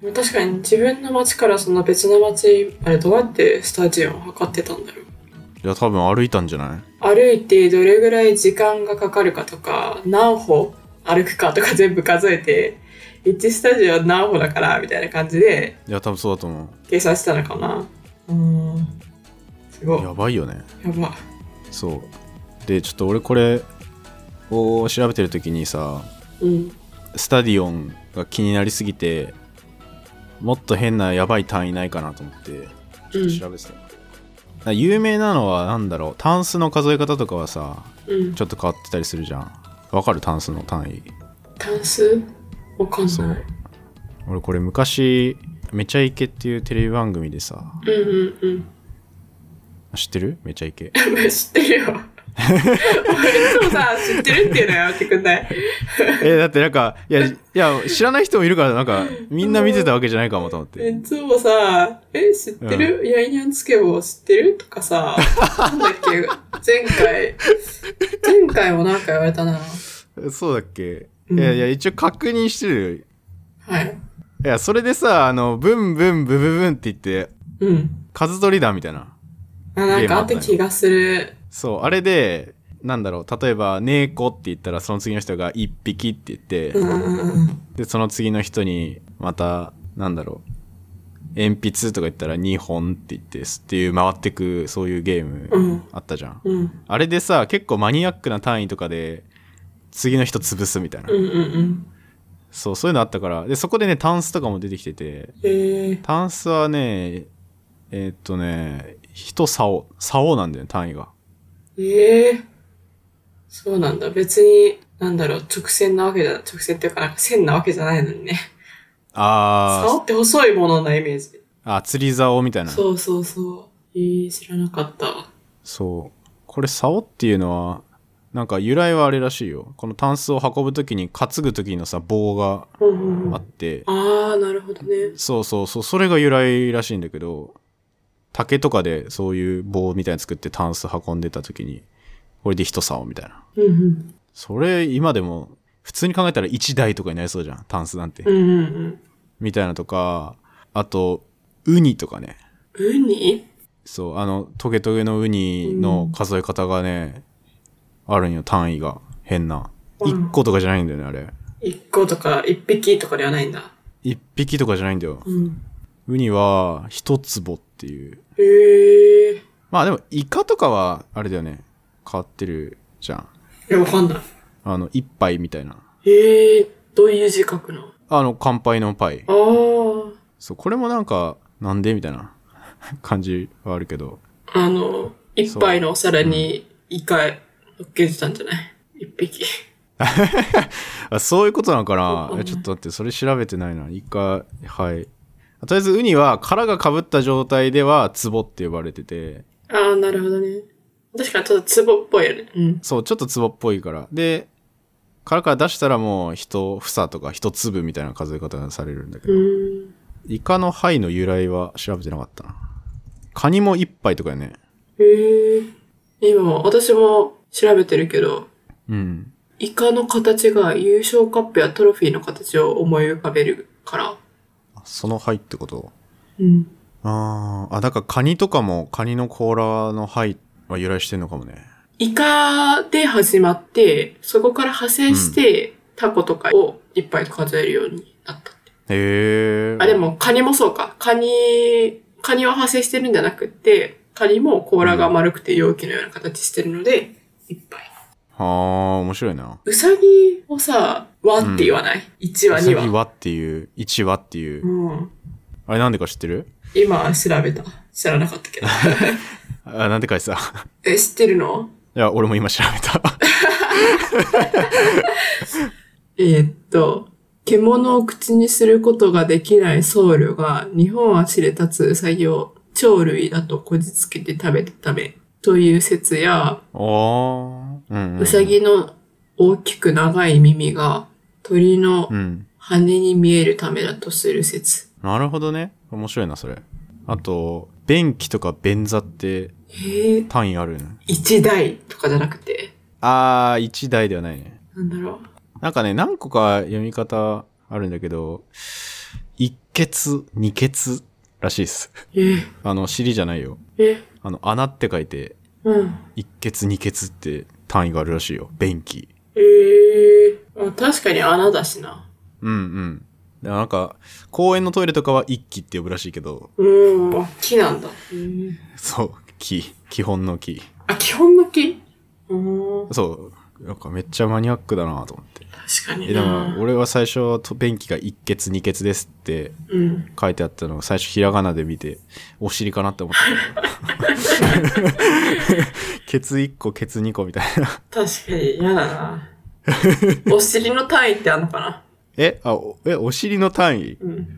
確かに自分の町からその別の町、あれどうやってスタジオンを測ってたんだろう。 いや多分歩いたんじゃない？ 歩いてどれぐらい時間がかかるかとか、何歩歩くかとか全部数えて、1スタジオ何歩だからみたいな感じで、 いや多分そうだと思う。 計算したのかな。すごい。 やばいよね。 やば。 そうでちょっと俺これを調べてる時にさ、スタディオンが気になりすぎて、もっと変なやばい単位ないかなと思ってちょっと調べてた、有名なのはなんだろう、タンスの数え方とかはさ、ちょっと変わってたりするじゃん。わかる？タンスの単位。 タンス？わかんない。そう。 俺これ昔めちゃイケっていうテレビ番組でさ、知ってる？めちゃイケ。 知ってるよ。俺いつもさ、知ってるっていうのやめてくんない？ だってなんかいや知らない人もいるから、なんかみんな見てたわけじゃないかもと思って。 いつもさ、知ってる？ヤンニャンつけ棒知ってる？とかさ、なんだっけ、前回もなんか言われたな。 そうだっけ？いや一応確認してる。 はい。 いやそれでさ、ブンブンブブブンって言って、数取りだみたいな。 なんかあった気がする。 そう、あれで、なんだろう、例えば、猫って言ったら、その次の人が一匹って言って、で、その次の人に、また、なんだろう、鉛筆とか言ったら2本って言って、っていう回ってく、そういうゲームあったじゃん。あれでさ、結構マニアックな単位とかで、次の人潰すみたいな。そういうのあったから。で、そこでね、タンスとかも出てきてて、タンスはね、一竿なんだよね、単位が。 そうなんだ。別に、なんだろう、直線っていうか、なんか線なわけじゃないのにね。竿って細いものなイメージ。 釣り竿みたいな。 そう。知らなかった。 そう。これ竿っていうのは、なんか由来はあれらしいよ。このタンスを運ぶときに担ぐときのさ、棒があって。 なるほどね。 そう。それが由来らしいんだけど、竹とかでそういう棒みたいに作ってタンス運んでたときに、これで一竿みたいな。それ今でも普通に考えたら1台とかになりそうじゃん、タンスなんて。みたいなとか、あと、ウニとかね。 ウニ？ そう、トゲトゲのウニの数え方がね、あるんよ、単位が。変な。1個とかじゃないんだよね、あれ。 1個とか、1匹とかではないんだ。 1匹とかじゃないんだよ。ウニは、1坪っていう。まあでも、イカとかは、あれだよね。変わってるじゃん。 わかんない。 一杯みたいな。 どういう字書くの？ 乾杯のパイ。そう、これもなんか、なんでみたいな感じはあるけど。 一杯のお皿にイカ乗っけてたんじゃない？一匹。 そういうことなのかな？ちょっと待って、それ調べてないな。イカ、はい。とりあえずウニは殻が被った状態では壺って呼ばれてて。 なるほどね。確かにちょっと壺っぽいよね。 そう、ちょっと壺っぽいから。で、殻から出したらもう一房とか一粒みたいな数え方がされるんだけど。イカの肺の由来は調べてなかったな。カニも一杯とかやね。 今、私も調べてるけど、イカの形が優勝カップやトロフィーの形を思い浮かべるから。 その肺ってこと？だからカニとかもカニの甲羅の肺は由来してんのかもね。 イカで始まって、そこから派生して、タコとかを一杯と数えるようになったって。でもカニもそうか。カニは派生してるんじゃなくて、カニも甲羅が丸くて容器のような形してるので、一杯。 面白いな。 ウサギをさ、和って言わない？ 1 話2話。 ウサギ和っていう、1話っていう。あれなんでか知ってる？ 今調べた。知らなかったけど。 なんでかさ。 知ってるの？ いや、俺も今調べた。 獣を口にすることができない僧侶が日本足で立つウサギを鳥類だとこじつけて食べたためという説や、ウサギの大きく長い耳が鳥の羽に見えるためだとする説。 なるほどね。面白いな、それ。あと、便器とか便座って単位あるね。 1台とかじゃなくて。 1台ではないね。 なんだろう。 なんかね、何個か読み方あるんだけど、 一血二血らしいです。尻じゃないよ。穴って書いて、一血二血って単位があるらしいよ。便器。 確かに穴だしな。 なんか、公園のトイレとかは一気って呼ぶらしいけど。 木なんだ。 そう、基本の木。 あ、基本の木？ そう。なんかめっちゃマニアックだなと思って。 確かにでも、俺は最初、便器が一血二血ですって書いてあったのを最初ひらがなで見て、お尻かなって思った。ケツ1個、ケツ2個みたいな。 確かに嫌だな。お尻の単位ってあんのかな？ お尻の単位？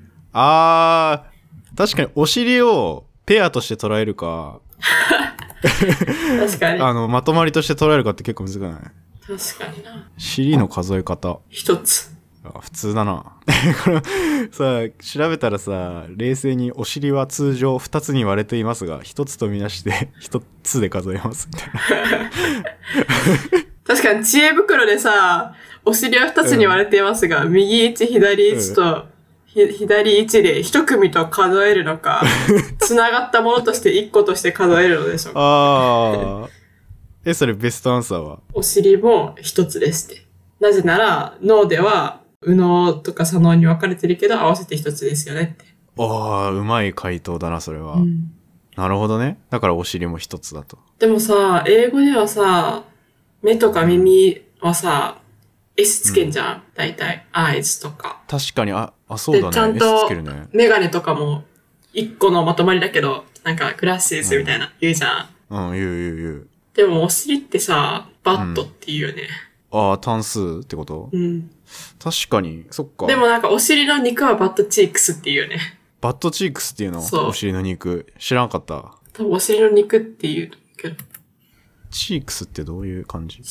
確かにお尻をペアとして捉えるか、 確かに。 まとまりとして捉えるかって結構難しくない？ 確かにな。 尻の数え方。 一つ。 普通だな。これさ、調べたらさ、冷静にお尻は通常2つに割れていますが、1つとみなして1つで数えますみたいな。 確かに知恵袋でさ、お尻は2つに割れていますが、右1、左1と、左1で1組と数えるのか、繋がったものとして1個として数えるのでしょうか。 それベストアンサーは？ お尻も1つですって。なぜなら、脳では、右脳とか左脳に分かれてるけど、合わせて1つですよねって。 うまい回答だな、それは。なるほどね。だからお尻も1つだと。 でもさ、英語ではさ、目とか耳はさ、S つけんじゃん、大体。eyes とか。 確かに、そうだね。 で、ちゃん S とつけるね。 メガネとかも、1個のまとまりだけど、なんかグラスみたいな言うじゃん。 言う。 でもお尻ってさ、バットって言うよね。 単数ってこと？確かに、そっか。 でもなんかお尻の肉はバットチークスって言うよね。 バットチークスっていうの？ そう。 お尻の肉。知らんかった。 多分お尻の肉って言うけど。 チークスってどういう感じ？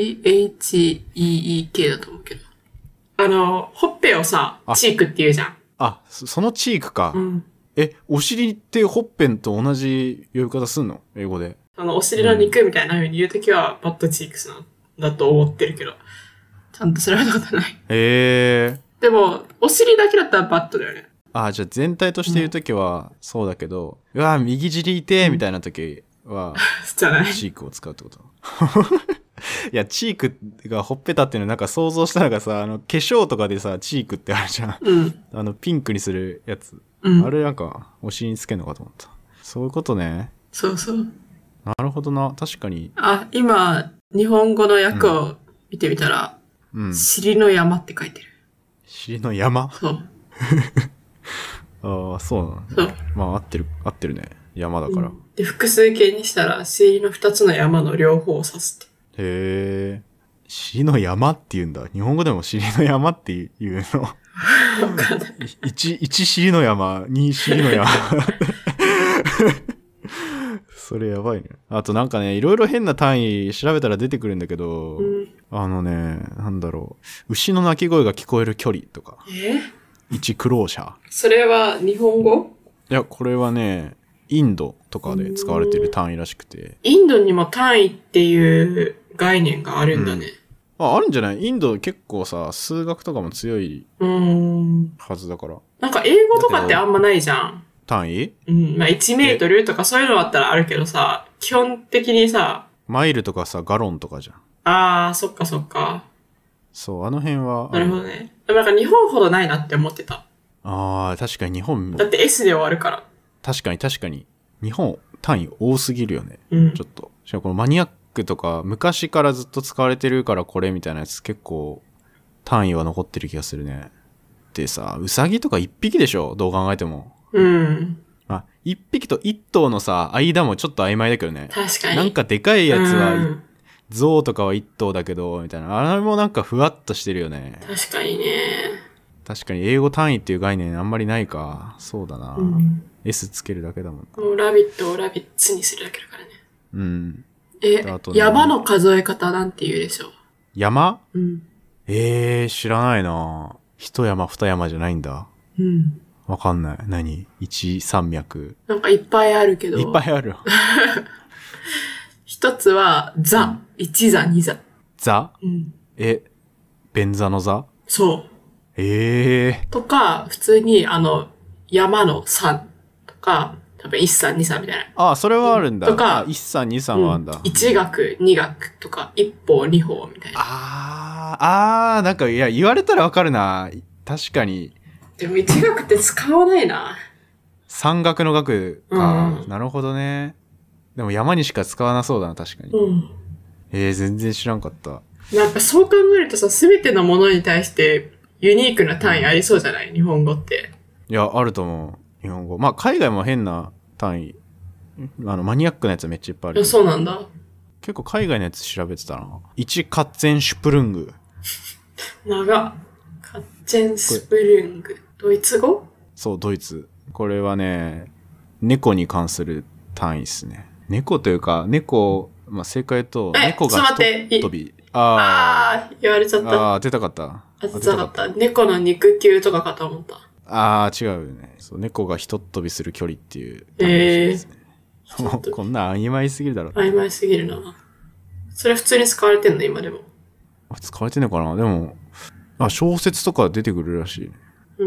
CHEEK だと思うけど。ほっぺをさ、チークって言うじゃん。 そのチークか。お尻ってほっぺんと同じ呼び方すんの？英語で。 お尻の肉みたいな風に言うときは、バットチークスなんだと思ってるけど。ちゃんと調べたことない。でも、お尻だけだったらバットだよね。 じゃあ全体として言うときは、そうだけど、右尻いて、みたいなときは、 じゃない。 チークを使うってこと。いや、チークがほっぺたっていうのなんか想像したのがさ、化粧とかでさ、チークってあるじゃん。ピンクにするやつ。あれなんか、お尻につけるのかと思った。そういうことね。 そうそう。 なるほどな。確かに。 今、日本語の訳を見てみたら、尻の山って書いてる。 尻の山？ そう。 そうなの。まあ、合ってるね。山だから。 で、複数形にしたら、尻の2つの山の両方を指すって。 へー。尻の山って言うんだ。日本語でも尻の山って言うの。 わかんない。 1尻の山、2尻の山。それやばいね。あとなんかね、いろいろ変な単位調べたら出てくるんだけど、なんだろう。牛の鳴き声が聞こえる距離とか。1クローシャー。 それは日本語？ いや、これはね、インドとかで使われてる単位らしくて。 インドにも単位っていう概念があるんだね。 あるんじゃない？インド結構さ、数学とかも強いはずだから。 なんか英語とかってあんまないじゃん。 単位？ まあ1メートルとかそういうのだったらあるけどさ、基本的にさ、 マイルとかさ、ガロンとかじゃん。 そっかそっか。 そう、あの辺は。 なるほどね。でもなんか日本ほどないなって思ってた。 確かに日本。 だって S で終わるから。 確かに。日本単位多すぎるよね。ちょっと。しかもこのマニアックとか、昔からずっと使われてるからこれみたいなやつ結構単位は残ってる気がするね。でさ、ウサギとか1匹でしょ？どう考えても。1匹と1頭のさ、間もちょっと曖昧だけどね。 確かに。 なんかでかいやつは、象とかは1頭だけど、みたいな。あれもなんかふわっとしてるよね。 確かにね。 確かに英語単位っていう概念あんまりないか。そうだな。S つけるだけだもん。 もうラビットをラビッツにするだけだからね。 あと山の数え方なんて言うでしょ？ 山？知らないな。一山二山じゃないんだ。わかんない。何？一山脈。 なんかいっぱいあるけど。 いっぱいある。 一つは、座。一座、二座。 座？便座の座？ そう。 へえ。 とか、普通に山の山とか、多分1山2山みたいな。 あ、それはあるんだ。 とか、 1山2山はあるんだ。 1学、2学とか、1法2法みたいな。 なんかいや、言われたらわかるな。確かに。 でも1学って使わないな。 山岳の学か。なるほどね。でも山にしか使わなそうだな、確かに。全然知らんかった。 なんかそう考えるとさ、すべてのものに対してユニークな単位ありそうじゃない？日本語って。 いや、あると思う。日本語。まあ、海外も変な単位。マニアックなやつめっちゃいっぱいある。 そうなんだ。 結構海外のやつ調べてたな。1カッツェンシュプルング。 長。カッチェンスプルング。ドイツ語？そう、 ドイツ。これはね、猫に関する単位ですね。猫というか、まあ、正解と、猫がひとっ飛び。 言われちゃった。 出たかった。 出たかった。猫の肉球とかかと思った。 違うよね。そう、猫がひとっ飛びする距離っていう単位ですね。こんな曖昧すぎるだろ。 曖昧すぎるな。それ普通に使われてんの今でも。 使われてんのかな。でも、小説とか出てくるらしい。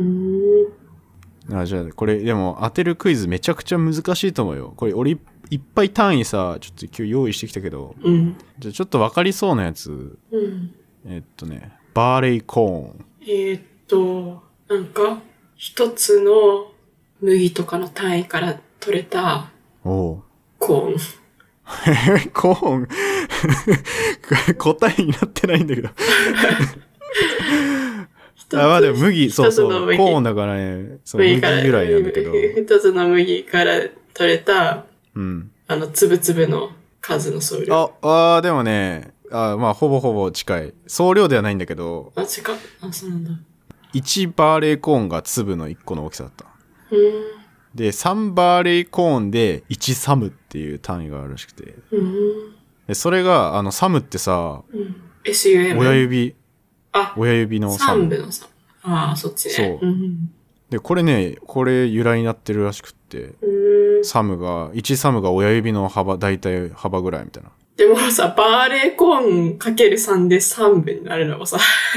じゃあ、これ、でも当てるクイズめちゃくちゃ難しいと思うよ。これ、俺いっぱい単位さ、ちょっと今日用意してきたけど、じゃあちょっとわかりそうなやつ。バーレイコーン。なんか、一つの麦とかの単位から取れた、コーン。 コーン答えになってないんだけど。まあでも麦、そう、コーンだからね、麦由来なんだけど。 一つの麦から取れた、つぶつぶの数の総量。 でもね、まあほぼほぼ近い。総量ではないんだけど。 近い。そうなんだ。 1バーレーコーンが粒の1個の大きさだった。で、3バーレーコーンで1サムっていう単位があるらしくて。でそれが、サムってさ、 SUM。 親指のサム。 3部のサム。そっちね。 そう。で、これ由来になってるらしくって、1サムが親指の大体幅ぐらいみたいな。 でもさ、バーレーコーンかける3で3部になるのもさ、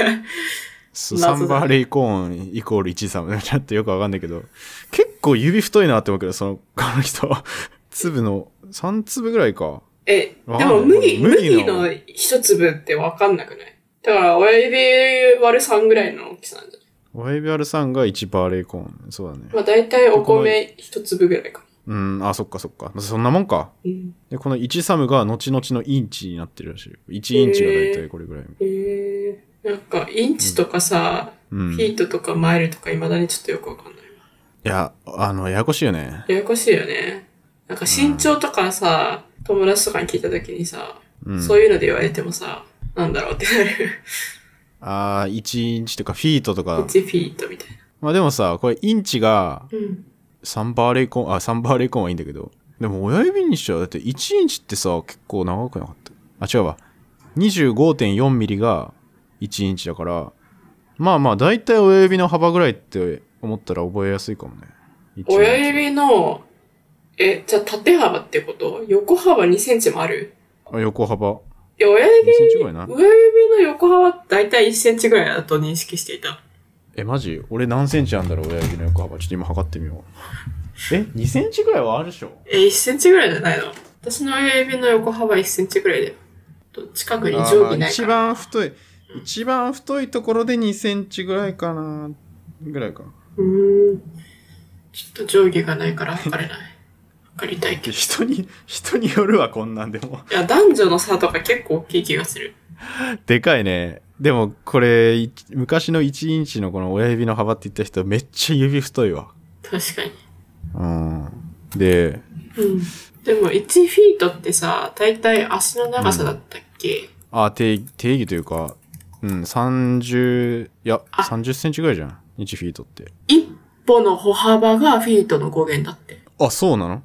3バーレーコーンイコール1サム。ちょっとよくわかんないけど、結構指太いなって思うけど、この人、粒の3粒ぐらいか。 でも麦の1粒ってわかんなくない？だから親指割る3ぐらいの大きさなんじゃない？ 親指割る3が1バーレーコーン。そうだね。 まあ大体お米1粒ぐらいか。 そっか。そんなもんか。で、この1サムが後々のインチになってるらしい。1インチが大体これぐらい。 なんか、インチとかさ、フィートとかマイルとか未だにちょっとよくわかんない。 いや、ややこしいよね。 ややこしいよね。なんか身長とかさ、友達とかに聞いたときにさ、そういうので言われてもさ、なんだろうってなる。 1インチとかフィートとか。 1フィートみたいな。 まあでもさ、これインチが、3バーレーコーン、3バーレーコーンはいいんだけど、でも親指にしちゃう。だって1インチってさ、結構長くなかった。違うわ。25.4 ミリが1インチだから、まあまあ、だいたい親指の幅ぐらいって思ったら覚えやすいかもね。 親指の、じゃあ縦幅ってこと？横幅2センチもある？ 横幅。 いや、親指の横幅だいたい1センチぐらいだと認識していた。 マジ？俺何センチあんだろう、親指の横幅。ちょっと今測ってみよう。2センチぐらいはあるでしょ ？1センチぐらいじゃないの？私の親指の横幅1センチぐらいで。近くに定規ないから。 一番太いところで2センチぐらいかな。ぐらいか。 ちょっと定規がないから測れない。測りたいけど。 人によるわ、こんなんでも。 いや、男女の差とか結構大きい気がする。 でかいね。でも、これ、昔の1インチのこの親指の幅って言った人、めっちゃ指太いわ。 確かに。 で、 でも1フィートってさ、だいたい足の長さだったっけ？ 定義というか、30センチぐらいじゃん。1フィートって。 一歩の歩幅がフィートの語源だって。 そうなの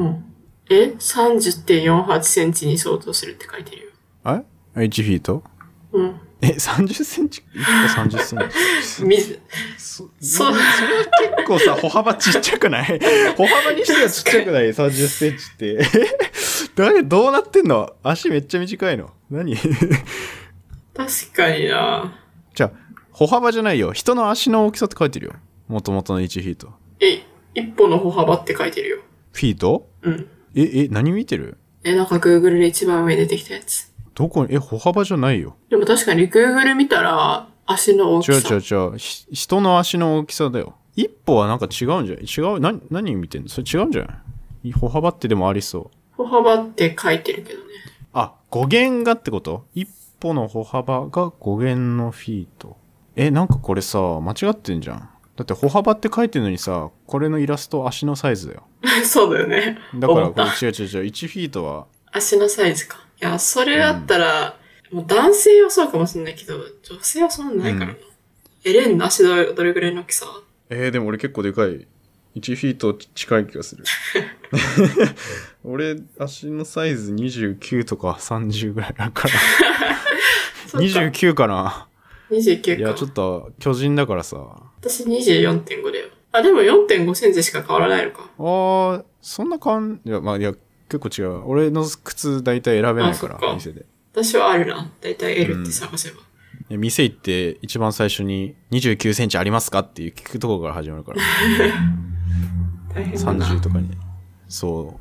？30.48 センチに相当するって書いてるよ。 1フィート30センチ ?1 個30センチそれは結構さ、歩幅ちっちゃくない歩幅にしてはちっちゃくない ?30 センチって。どうなってんの？足めっちゃ短いの。何確かにな。 じゃあ、 歩幅じゃないよ。人の足の大きさって書いてるよ。元々の1フィート。 一歩の歩幅って書いてるよ。 フィート？ うん。 何見てる？ なんか Google で一番上に出てきたやつ。 どこに、歩幅じゃないよ。 でも確かに Google 見たら、足の大きさ。 違う。人の足の大きさだよ。一歩はなんか違うんじゃない？何見てんの？それ違うんじゃない？歩幅ってでもありそう。 歩幅って書いてるけどね。 あ、5弦がってこと？一歩の歩幅が5弦のフィート。なんかこれさ、間違ってんじゃん。だって歩幅って書いてるのにさ、これのイラスト足のサイズだよ。 そうだよね。 だからこれ違う。1フィートは。 足のサイズか。いや、それだったら、もう男性はそうかもしれないけど、女性はそんなないからな。レンの足どれぐらいの大きさ？ でも俺結構でかい。1フィート近い気がする。俺、足のサイズ29とか30ぐらいだから。29かな。 29か。 いや、ちょっと巨人だからさ。 私 24.5 だよ。あ、でも 4.5 センチしか変わらないのか。 そんないや、結構違う。俺の靴大体選べないから、店で。 私はあるな。大体 L って探せば。 店行って一番最初に29センチありますかっていう聞くところから始まるから。 大変だな。 30とかに。そう。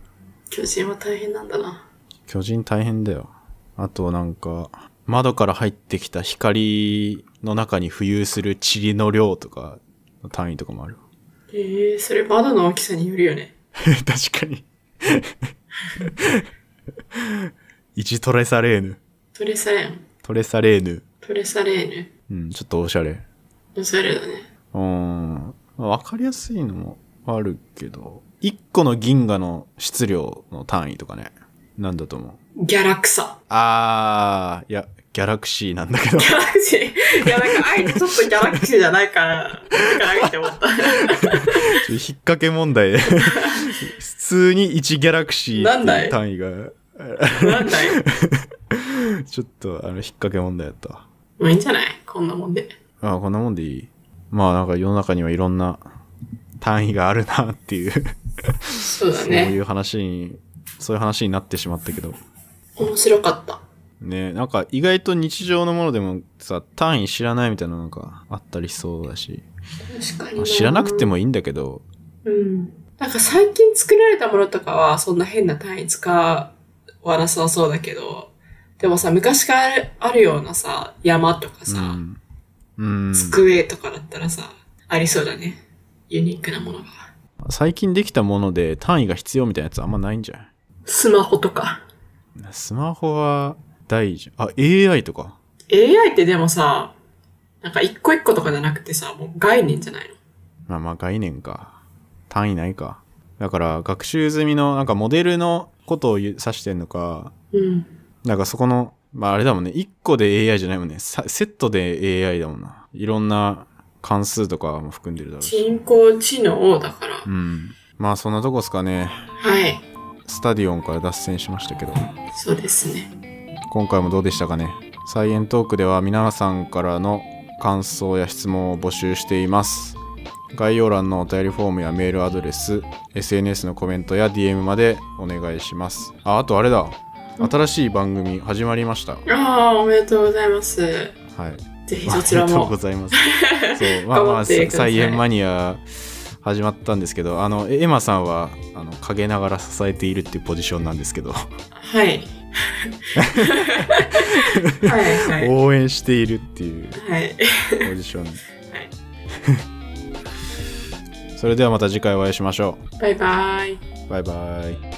巨人は大変なんだな。 巨人大変だよ。あとなんか、窓から入ってきた光の中に浮遊する塵の量とか、単位とかもある。 それ窓の大きさによるよね。 確かに。1トレサレーヌ。 トレサレーヌ。 うん、ちょっとおしゃれ。 おしゃれだね。 わかりやすいのもあるけど、1個の銀河の質量の単位とかね。なんだと思う？ギャラクサ。 いや、ギャラクシーなんだけど。 ギャラクシー？いや、なんか、あえてちょっとギャラクシーじゃないかなって思った。 引っ掛け問題で。普通に1ギャラクシーっていう単位が。 なんだいちょっと、引っ掛け問題だったわ。 もういいんじゃない？こんなもんで。 こんなもんでいい。まあなんか世の中にはいろんな単位があるなっていう。 そうだね。 そういう話になってしまったけど。 面白かった。 ね、なんか意外と日常のものでもさ、単位知らないみたいなのがあったりしそうだし。 確かに。 知らなくてもいいんだけど。 なんか最近作られたものとかはそんな変な単位使わなさそうだけど、でもさ、昔からあるようなさ、山とかさ、机とかだったらさ、ありそうだね。ユニークなものが。 最近できたもので単位が必要みたいなやつあんまないんじゃない？ スマホとか。 スマホは大事。AI とか。 AI ってでもさ、なんか一個一個とかじゃなくてさ、もう概念じゃないの？ まあ概念か。単位ないか。だから学習済みのなんかモデルのことを指してんのか。なんかそこの、あれだもんね。一個で AI じゃないもんね。セットで AI だもんな。いろんな関数とかも含んでるだろうし。 人工知能だから。 まあそんなとこっすかね。 はい。 スタディオンから脱線しましたけど。 そうですね。 今回もどうでしたかね。サイエントークでは皆さんからの感想や質問を募集しています。概要欄のお便りフォームやメールアドレス、SNS のコメントや DM までお願いします。あとあれだ。新しい番組始まりました。 おめでとうございます。 はい。 ぜひそちらも。 ありがとうございます。そう、サイエンマニア始まったんですけど、エマさんは陰ながら支えているっていうポジションなんですけど。 はい。はい。 応援しているっていうポジション。はい。それではまた次回お会いしましょう。バイバイ。 バイバイ。